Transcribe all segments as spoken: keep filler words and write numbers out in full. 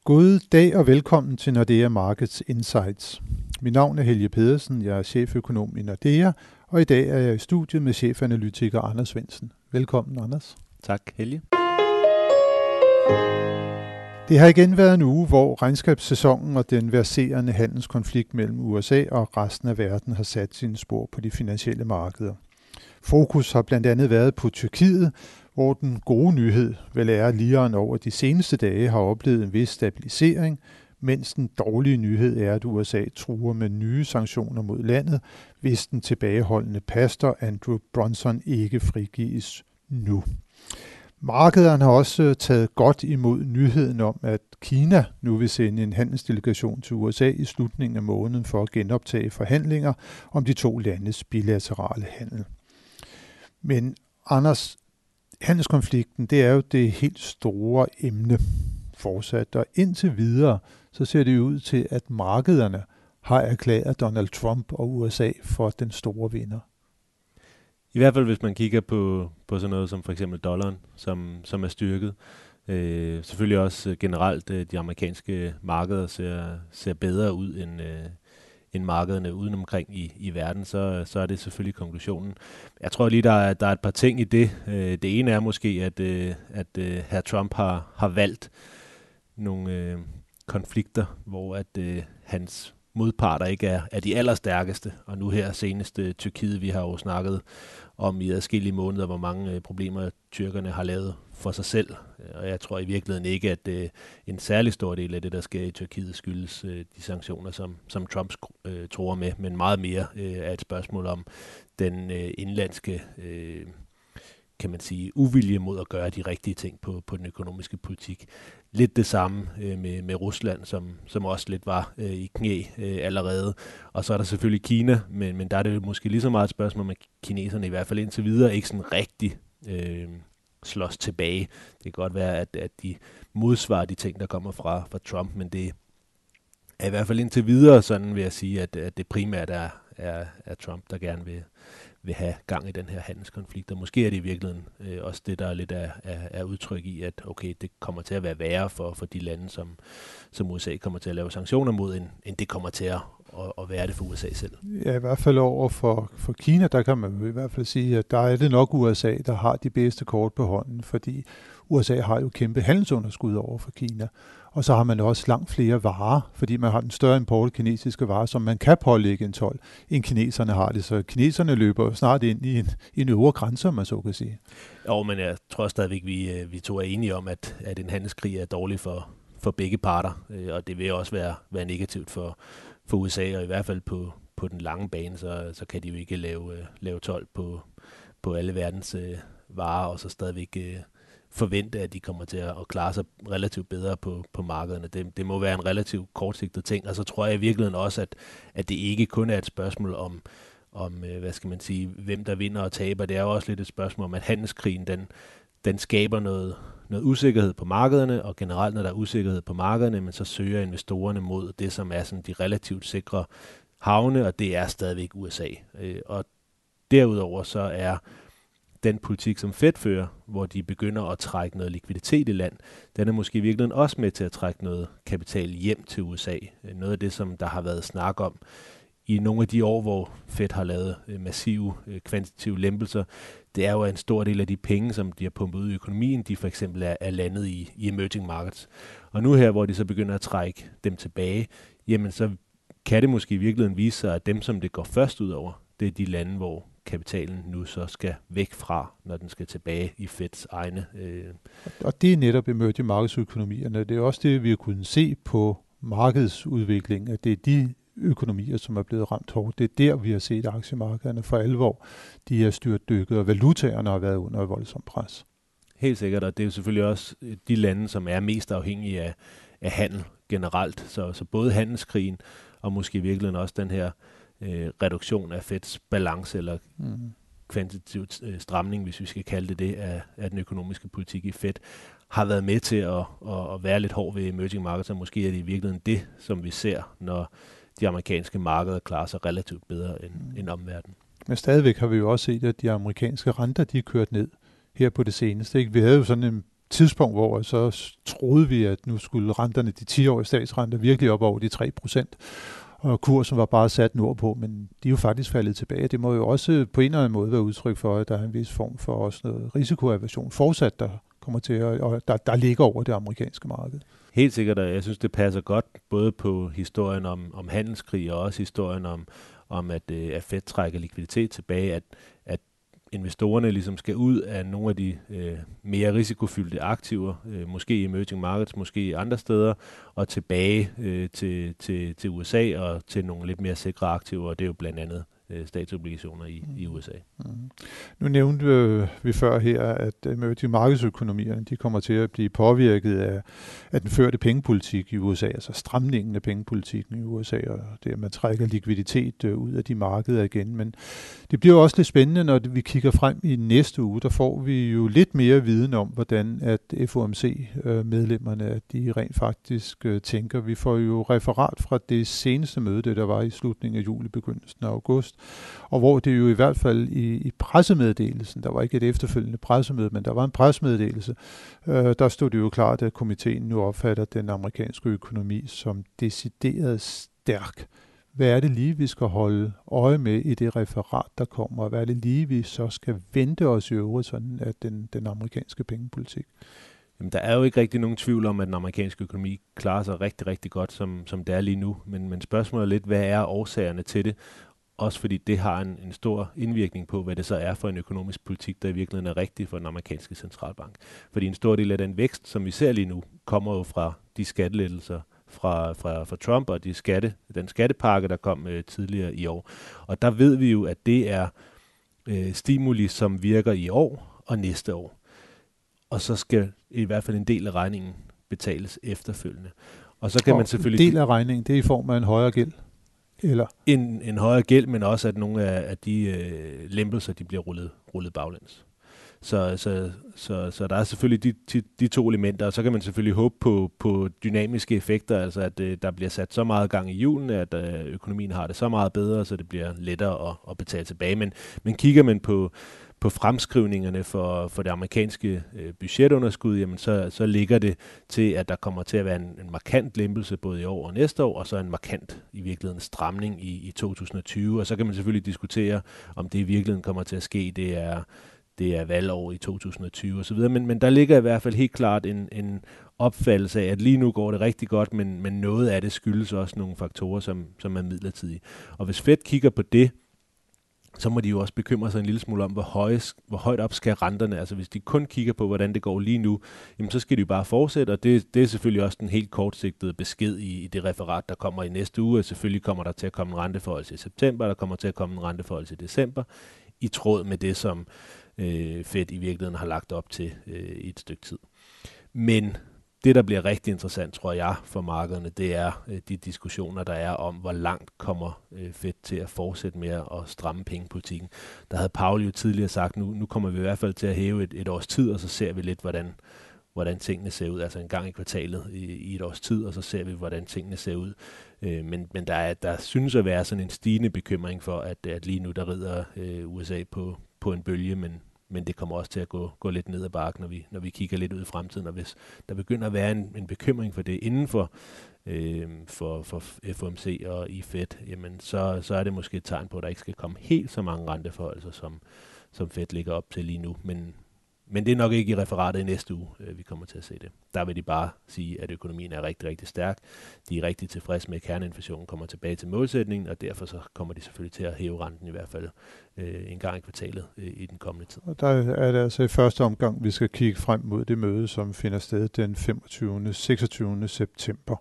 God dag og velkommen til Nordea Markets Insights. Mit navn er Helge Pedersen, jeg er cheføkonom i Nordea, og i dag er jeg i studiet med chefanalytiker Anders Svendsen. Velkommen, Anders. Tak, Helge. Det har igen været en uge, hvor regnskabssæsonen og den verserende handelskonflikt mellem U S A og resten af verden har sat sine spor på de finansielle markeder. Fokus har blandt andet været på Tyrkiet, hvor den gode nyhed vel er, at liraen over de seneste dage har oplevet en vis stabilisering, mens den dårlige nyhed er, at U S A truer med nye sanktioner mod landet, hvis den tilbageholdende pastor Andrew Brunson ikke frigives nu. Markederne har også taget godt imod nyheden om, at Kina nu vil sende en handelsdelegation til U S A i slutningen af måneden for at genoptage forhandlinger om de to landes bilaterale handel. Men Anders, handelskonflikten, det er jo det helt store emne fortsat, og indtil videre, så ser det ud til, at markederne har erklæret Donald Trump og U S A for den store vinder. I hvert fald, hvis man kigger på, på sådan noget som for eksempel dollaren, som, som er styrket. Øh, selvfølgelig også generelt, øh, de amerikanske markeder ser, ser bedre ud end, øh, end markederne udenomkring i, i verden, så, så er det selvfølgelig konklusionen. Jeg tror lige, der er, der er et par ting i det. Øh, det ene er måske, at, øh, at øh, hr. Trump har, har valgt nogle øh, konflikter, hvor at øh, hans modparter ikke er, er de allerstærkeste, og nu her senest uh, Tyrkiet, vi har jo snakket om i adskillige måneder, hvor mange uh, problemer tyrkerne har lavet for sig selv, og jeg tror i virkeligheden ikke, at uh, en særlig stor del af det, der sker i Tyrkiet, skyldes uh, de sanktioner, som, som Trump uh, tror med, men meget mere uh, er et spørgsmål om den uh, indlandske uh, kan man sige, uvilje mod at gøre de rigtige ting på, på den økonomiske politik. Lidt det samme øh, med, med Rusland, som, som også lidt var øh, i knæ øh, allerede. Og så er der selvfølgelig Kina, men, men der er det måske lige så meget et spørgsmål, at kineserne i hvert fald indtil videre ikke sådan rigtig øh, slås tilbage. Det kan godt være, at, at de modsvarer de ting, der kommer fra, fra Trump, men det er i hvert fald indtil videre, sådan vil jeg sige, at, at det primært er, er, er Trump, der gerne vil vil have gang i den her handelskonflikt. Og måske er det i virkeligheden øh, også det, der er lidt af, af, af udtryk i, at okay, det kommer til at være værre for, for de lande, som, som U S A kommer til at lave sanktioner mod, end, end det kommer til at, at, at være det for U S A selv. Ja, i hvert fald over for, for Kina, der kan man i hvert fald sige, at der er det nok U S A, der har de bedste kort på hånden, fordi U S A har jo kæmpe handelsunderskud over for Kina. Og så har man også langt flere varer, fordi man har den større import af kinesiske varer, som man kan pålægge en told, end kineserne har det. Så kineserne løber snart ind i en, i en øvre grænse, man så kan sige. Jo, men jeg tror stadigvæk, vi, vi to er enige om, at, at en handelskrig er dårlig for, for begge parter, og det vil også være, være negativt for, for U S A, og i hvert fald på, på den lange bane, så, så kan de jo ikke lave, lave told på, på alle verdens øh, varer, og så stadigvæk øh, forvente, at de kommer til at klare sig relativt bedre på, på markederne. Det, det må være en relativt kortsigtet ting, og så tror jeg i virkeligheden også, at, at det ikke kun er et spørgsmål om, om hvad skal man sige, hvem der vinder og taber. Det er jo også lidt et spørgsmål om, at handelskrigen, den, den skaber noget, noget usikkerhed på markederne, og generelt, når der er usikkerhed på markederne, men så søger investorerne mod det, som er sådan de relativt sikre havne, og det er stadigvæk U S A. Og derudover så er den politik, som Fed fører, hvor de begynder at trække noget likviditet i land, den er måske i virkeligheden også med til at trække noget kapital hjem til U S A. Noget af det, som der har været snak om i nogle af de år, hvor Fed har lavet massive kvantitative lempelser, det er jo en stor del af de penge, som de har pumpet ud i økonomien, de for eksempel er, er landet i, i emerging markets. Og nu her, hvor de så begynder at trække dem tilbage, jamen så kan det måske i virkeligheden vise sig, at dem, som det går først ud over, det er de lande, hvor kapitalen nu så skal væk fra, når den skal tilbage i Feds egne. Øh. Og det er netop emerging markedsøkonomierne. Det er også det, vi har kunnet se på markedsudviklingen, at det er de økonomier, som er blevet ramt hårdt. Det er der, vi har set aktiemarkederne for alvor. De er styrtdykket, og valutaerne har været under et voldsomt pres. Helt sikkert, og det er jo selvfølgelig også de lande, som er mest afhængige af, af handel generelt. Så, så både handelskrigen og måske i virkeligheden også den her øh, reduktion af Feds balance eller mm. kvantitativ øh, stramning, hvis vi skal kalde det det, af, af den økonomiske politik i Fed, har været med til at, at, at være lidt hård ved emerging markets, og måske er det i virkeligheden det, som vi ser, når de amerikanske markeder klarer sig relativt bedre end, mm. end omverdenen. Men stadigvæk har vi jo også set, at de amerikanske renter, de er kørt ned her på det seneste. Ikke? Vi havde jo sådan en tidspunkt, hvor så troede vi, at nu skulle renterne, de ti-årige statsrenter, virkelig op over de tre procent. Og kursen var bare sat nordpå, men de er jo faktisk faldet tilbage. Det må jo også på en eller anden måde være udtryk for, at der er en vis form for også noget risikoaversion fortsat, der kommer til at, og der, der ligger over det amerikanske marked. Helt sikkert, og jeg synes, det passer godt både på historien om, om handelskrig og også historien om, om at, at Fed trækker likviditet tilbage, at, at investorerne ligesom skal ud af nogle af de øh, mere risikofyldte aktiver, øh, måske i emerging markets, måske andre steder, og tilbage øh, til, til, til U S A og til nogle lidt mere sikre aktiver, og det er jo blandt andet øh, statsobligationer i, mm. i U S A. Mm. Nu nævnte øh, vi før her, at emerging markedsøkonomierne, de kommer til at blive påvirket af, af den førte pengepolitik i U S A, altså stramningen af pengepolitikken i U S A, og det at man trækker likviditet øh, ud af de markeder igen. Men det bliver også lidt spændende, når vi kigger frem i næste uge. Der får vi jo lidt mere viden om, hvordan at F O M C-medlemmerne, at de rent faktisk øh, tænker. Vi får jo referat fra det seneste møde, det der var i slutningen af juli, begyndelsen af august, og hvor det jo i hvert fald i, i pressemeddelelsen, der var ikke et efterfølgende pressemøde, men der var en pressemeddelelse, øh, der stod det jo klart, at komiteen nu opfatter den amerikanske økonomi som decideret stærk. Hvad er det lige, vi skal holde øje med i det referat, der kommer, og hvad er det lige, vi så skal vente os i øvrigt sådan af den, den amerikanske pengepolitik? Jamen, der er jo ikke rigtig nogen tvivl om, at den amerikanske økonomi klarer sig rigtig, rigtig godt, som, som det er lige nu. Men, men spørgsmålet er lidt, hvad er årsagerne til det? Også fordi det har en, en stor indvirkning på, hvad det så er for en økonomisk politik, der i virkeligheden er rigtig for den amerikanske centralbank. Fordi en stor del af den vækst, som vi ser lige nu, kommer jo fra de skattelettelser fra, fra, fra Trump og de skatte, den skattepakke, der kom øh, tidligere i år. Og der ved vi jo, at det er øh, stimuli, som virker i år og næste år. Og så skal i hvert fald en del af regningen betales efterfølgende. Og så kan og man selvfølgelig... En del af regningen, det er i form af en højere gæld? Eller? En, en højere gæld, men også at nogle af, af de øh, lempelser, de bliver rullet, rullet baglæns. Så, så, så, så der er selvfølgelig de, de, de to elementer, og så kan man selvfølgelig håbe på, på dynamiske effekter, altså at øh, der bliver sat så meget gang i hjulene, at øh, økonomien har det så meget bedre, så det bliver lettere at, at betale tilbage. Men, men kigger man på, på fremskrivningerne for, for det amerikanske øh, budgetunderskud, jamen så, så ligger det til, at der kommer til at være en, en markant lempelse både i år og næste år, og så en markant i virkeligheden stramning i, i to tusind og tyve. Og så kan man selvfølgelig diskutere, om det i virkeligheden kommer til at ske. Det er det er valgår i to tusind og tyve osv., men, men der ligger i hvert fald helt klart en, en opfattelse af, at lige nu går det rigtig godt, men, men noget af det skyldes også nogle faktorer, som, som er midlertidige. Og hvis Fed kigger på det, så må de jo også bekymre sig en lille smule om, hvor, høje, hvor højt op skal renterne. Altså hvis de kun kigger på, hvordan det går lige nu, jamen så skal de jo bare fortsætte, og det, det er selvfølgelig også den helt kortsigtede besked i, i det referat, der kommer i næste uge. Selvfølgelig kommer der til at komme en renteforholdelse i september, der kommer til at komme en renteforholdelse i december, i tråd med det, som øh, Fed i virkeligheden har lagt op til øh, i et stykke tid. Men det, der bliver rigtig interessant, tror jeg, for markederne, det er øh, de diskussioner, der er om, hvor langt kommer øh, Fed til at fortsætte med at stramme pengepolitikken. Der havde Powell jo tidligere sagt, nu, nu kommer vi i hvert fald til at hæve et, et års tid, og så ser vi lidt, hvordan, hvordan tingene ser ud. Altså en gang i kvartalet i, i et års tid, og så ser vi, hvordan tingene ser ud. Øh, men men der, er, der synes at være sådan en stigende bekymring for, at, at lige nu der rider øh, U S A på, på en bølge, men Men det kommer også til at gå, gå lidt ned ad bakken, når vi, når vi kigger lidt ud i fremtiden. Og hvis der begynder at være en, en bekymring for det inden for, øh, for, for F O M C og i Fed, jamen så, så er det måske et tegn på, at der ikke skal komme helt så mange renteforholdelser, som, som Fed ligger op til lige nu. Men, men det er nok ikke i referatet i næste uge, øh, vi kommer til at se det. Der vil de bare sige, at økonomien er rigtig, rigtig stærk. De er rigtig tilfredse med, at kerneinflationen kommer tilbage til målsætningen, og derfor så kommer de selvfølgelig til at hæve renten i hvert fald øh, en gang i kvartalet øh, i den kommende tid. Og der er det altså i første omgang, vi skal kigge frem mod det møde, som finder sted den femogtyvende seksogtyvende september.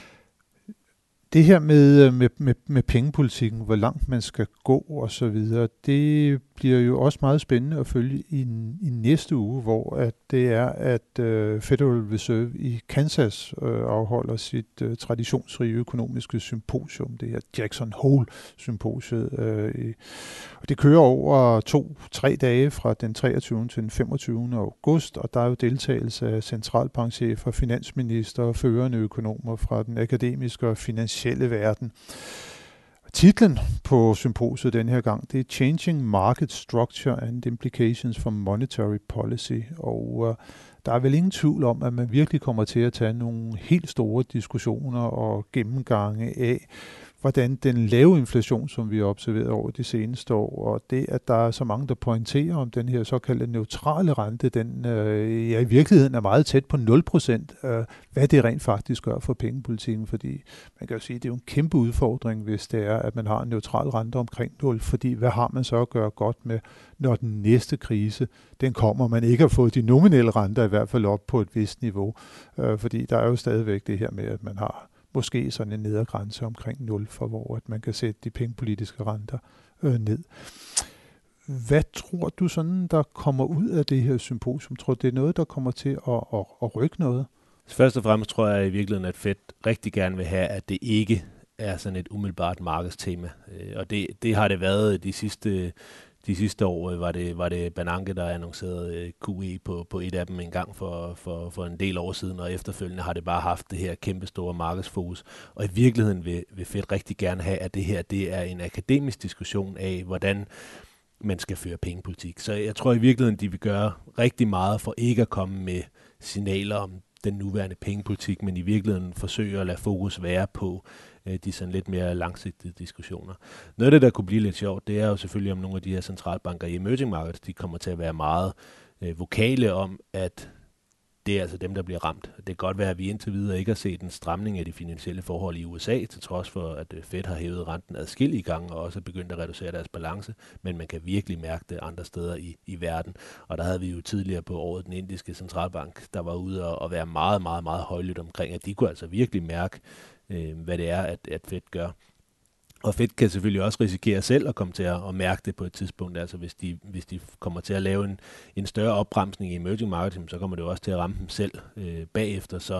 Det her med, med, med, med pengepolitikken, hvor langt man skal gå og så videre, det bliver jo også meget spændende at følge i, i næste uge, hvor at det er, at uh, Federal Reserve i Kansas uh, afholder sit uh, traditionsrige økonomiske symposium, det her Jackson Hole-symposiet. Uh, i, og det kører over to-tre dage fra den treogtyvende til den femogtyvende august, og der er jo deltagelse af centralbankchefer, finansminister og førende økonomer fra den akademiske og finansielle verden. Titlen på symposiet den her gang, det er Changing Market Structure and Implications for Monetary Policy, og uh, der er vel ingen tvivl om, at man virkelig kommer til at tage nogle helt store diskussioner og gennemgange af, hvordan den lave inflation, som vi har observeret over de seneste år, og det, at der er så mange, der pointerer om den her såkaldte neutrale rente, den øh, ja, i virkeligheden er meget tæt på nul procent, øh, hvad det rent faktisk gør for pengepolitikken, fordi man kan jo sige, at det er jo en kæmpe udfordring, hvis det er, at man har en neutral rente omkring nul, fordi hvad har man så at gøre godt med, når den næste krise, den kommer, man ikke har fået de nominelle renter i hvert fald op på et vist niveau, øh, fordi der er jo stadigvæk det her med, at man har måske sådan en nedergrænse omkring nul, for hvor at man kan sætte de pengepolitiske renter øh, ned. Hvad tror du sådan, der kommer ud af det her symposium? Tror du, det er noget, der kommer til at, at, at rykke noget? Først og fremmest tror jeg i virkeligheden, at Fed rigtig gerne vil have, at det ikke er sådan et umiddelbart markedstema. Og det, det har det været de sidste De sidste år var det, var det Bernanke, der annoncerede Q E på, på et af dem en gang for, for, for en del år siden, og efterfølgende har det bare haft det her kæmpe store markedsfokus. Og i virkeligheden vil, vil Fed rigtig gerne have, at det her det er en akademisk diskussion af, hvordan man skal føre pengepolitik. Så jeg tror i virkeligheden, de vil gøre rigtig meget for ikke at komme med signaler om den nuværende pengepolitik, men i virkeligheden forsøge at lade fokus være på de sådan lidt mere langsigtede diskussioner. Noget af det, der kunne blive lidt sjovt, det er jo selvfølgelig, om nogle af de her centralbanker i emerging markets, de kommer til at være meget øh, vokale om, at det er altså dem, der bliver ramt. Det kan godt være, at vi indtil videre ikke har set en stramning af de finansielle forhold i U S A, til trods for, at Fed har hævet renten adskillige gange og også er begyndt at reducere deres balance, men man kan virkelig mærke det andre steder i, i verden. Og der havde vi jo tidligere på året den indiske centralbank, der var ude og, og være meget, meget, meget højlydt omkring, at de kunne altså virkelig mærke, øh, hvad det er, at, at Fed gør. Og Fed kan selvfølgelig også risikere selv at komme til at, at mærke det på et tidspunkt. Altså hvis de, hvis de kommer til at lave en, en større opbremsning i emerging markets, så kommer det jo også til at ramme dem selv øh, bagefter. Så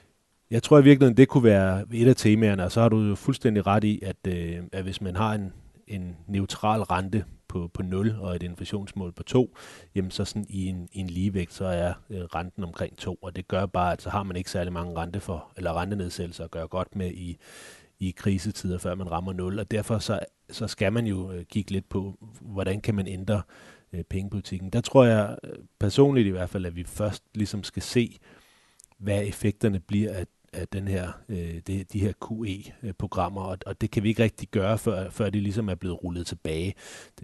jeg tror i virkeligheden, det kunne være et af temaerne, og så har du jo fuldstændig ret i, at, øh, at hvis man har en, en neutral rente på, på nul og et inflationsmål på to, jamen så sådan i en, i en ligevægt, så er øh, renten omkring to, og det gør bare, at så har man ikke særlig mange rente for, eller rentenedsættelser at gøre godt med i i krisetider, før man rammer nul, og derfor så, så skal man jo øh, kigge lidt på, hvordan kan man ændre øh, pengepolitikken. Der tror jeg øh, personligt i hvert fald, at vi først ligesom skal se, hvad effekterne bliver af, af den her, øh, det, de her Q E-programmer, og, og det kan vi ikke rigtig gøre, før, før de ligesom er blevet rullet tilbage.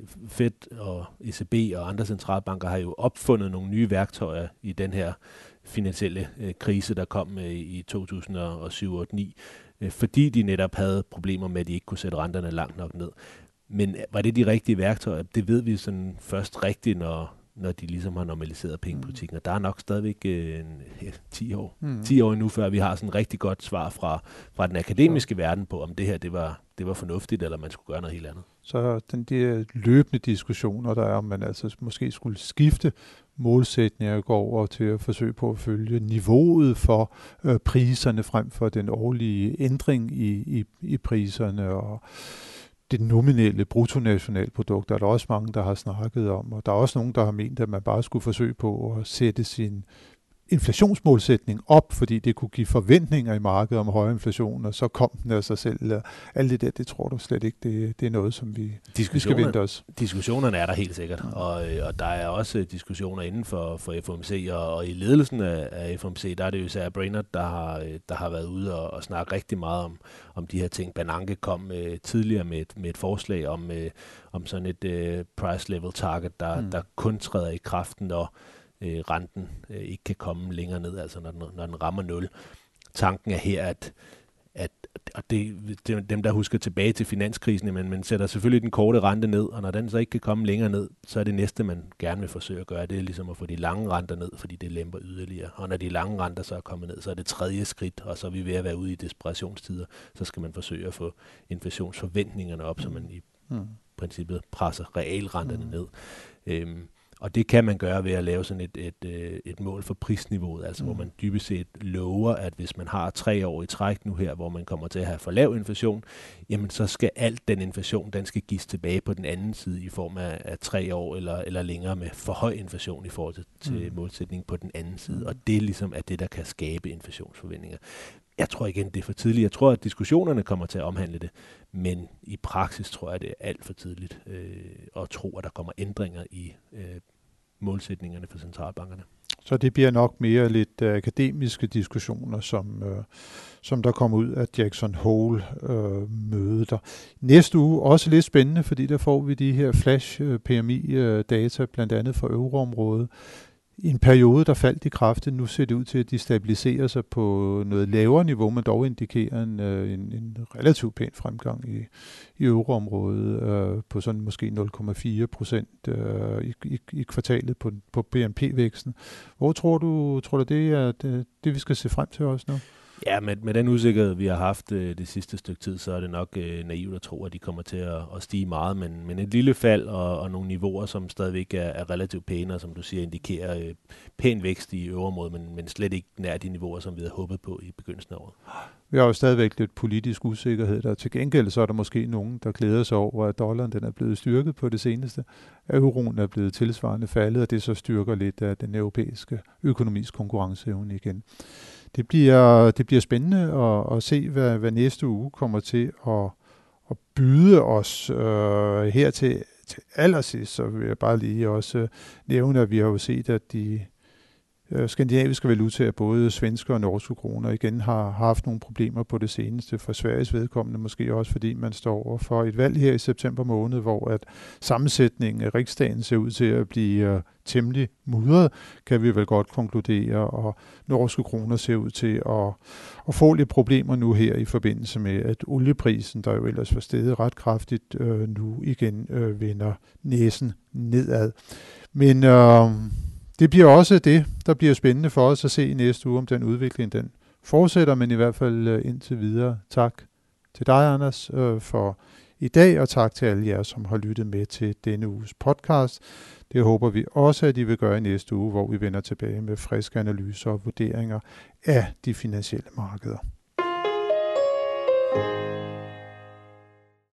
Fed og E C B og andre centralbanker har jo opfundet nogle nye værktøjer i den her finansielle øh, krise, der kom øh, i to tusind og syv otte ni, fordi de netop havde problemer med, at de ikke kunne sætte renterne langt nok ned. Men var det de rigtige værktøjer? Det ved vi sådan først rigtigt, når, når de ligesom har normaliseret pengepolitikken. Og der er nok stadigvæk en, ja, ti år. Mm. ti år endnu, før vi har sådan et rigtig godt svar fra, fra den akademiske ja. verden på, om det her det var, det var fornuftigt, eller man skulle gøre noget helt andet. Så den der løbende diskussioner, der er, om man altså måske skulle skifte målsætninger, gå over til at forsøge på at følge niveauet for øh, priserne frem for den årlige ændring i, i, i priserne, og det nominelle bruttonationalprodukt, der er der også mange, der har snakket om, og der er også nogen, der har ment, at man bare skulle forsøge på at sætte sin inflationsmålsætning op, fordi det kunne give forventninger i markedet om højere inflation, og så kom den af sig selv. Alt det der, det tror du slet ikke, det, det er noget, som vi, vi skal vente os. Diskussionerne er der helt sikkert, og, og der er også diskussioner inden for, for F O M C, og, og i ledelsen af, af F O M C, der er det jo Sarah Brainerd, der har, der har været ude og, og snakke rigtig meget om, om de her ting. Bernanke kom uh, tidligere med et, med et forslag om, uh, om sådan et uh, price level target, der, mm. der kun træder i kraft, når Øh, renten øh, ikke kan komme længere ned, altså når den, når den rammer nul. Tanken er her, at, at og det, det, dem, der husker tilbage til finanskrisen, men man sætter selvfølgelig den korte rente ned, og når den så ikke kan komme længere ned, så er det næste, man gerne vil forsøge at gøre, det er ligesom at få de lange renter ned, fordi det lemper yderligere. Og når de lange renter så er kommet ned, så er det tredje skridt, og så er vi ved at være ude i desperationstider, så skal man forsøge at få inflationsforventningerne op, så man i mm. princippet presser realrenterne mm. ned. Øhm, Og det kan man gøre ved at lave sådan et, et, et mål for prisniveauet, altså mm. hvor man dybest set lover, at hvis man har tre år i træk nu her, hvor man kommer til at have for lav inflation, jamen så skal alt den inflation, den skal gives tilbage på den anden side i form af, af tre år eller, eller længere med for høj inflation i forhold til, til mm. målsætningen på den anden side. Og det ligesom er det, der kan skabe inflationsforventninger. Jeg tror igen, det er for tidligt. Jeg tror, at diskussionerne kommer til at omhandle det, men i praksis tror jeg, det er alt for tidligt øh, at tro, at der kommer ændringer i øh, målsætningerne for centralbankerne. Så det bliver nok mere lidt uh, akademiske diskussioner, som, uh, som der kommer ud af Jackson Hole-mødet. Uh, Næste uge også lidt spændende, fordi der får vi de her flash uh, P M I-data, uh, blandt andet for euroområdet. I en periode, der faldt de kraftigt. Nu ser det ud til, at de stabiliserer sig på noget lavere niveau, men dog indikerer en, en, en relativt pæn fremgang i, i euroområdet øh, på sådan måske nul komma fire procent øh, i, i, i kvartalet på, på B N P-væksten. Hvor tror du, tror du det er det, det, vi skal se frem til også nu? Ja, med, med den usikkerhed, vi har haft øh, det sidste stykke tid, så er det nok øh, naivt at tro, at de kommer til at, at stige meget, men, men et lille fald og, og nogle niveauer, som stadigvæk er, er relativt pæne, og som du siger, indikerer øh, pæn vækst i øverområdet, men, men slet ikke nær de niveauer, som vi havde håbet på i begyndelsen af året. Vi har jo stadigvæk lidt politisk usikkerhed der. Til gengæld så er der måske nogen, der glæder sig over, at dollaren den er blevet styrket på det seneste. Euroen er blevet tilsvarende faldet, og det så styrker lidt af den europæiske økonomisk konkurrenceevne igen. Det bliver, det bliver spændende at, at se, hvad, hvad næste uge kommer til at, at byde os øh, her til, til allersidst. Så vil jeg bare lige også nævne, at vi har jo set, at de øh, skandinaviske valutaer, både svenske og norske kroner, igen har haft nogle problemer på det seneste for Sveriges vedkommende, måske også fordi man står over for et valg her i september måned, hvor at sammensætningen af riksdagen ser ud til at blive øh, temmelig mudret, kan vi vel godt konkludere, og norske kroner ser ud til at, at få lidt problemer nu her i forbindelse med, at olieprisen, der jo ellers var steget ret kraftigt, øh, nu igen øh, vender næsen nedad. Men øh, det bliver også det, der bliver spændende for os at se i næste uge, om den udvikling den fortsætter, men i hvert fald øh, indtil videre. Tak til dig, Anders, øh, for i dag, og tak til alle jer, som har lyttet med til denne uges podcast. Det håber vi også, at I vil gøre i næste uge, hvor vi vender tilbage med friske analyser og vurderinger af de finansielle markeder.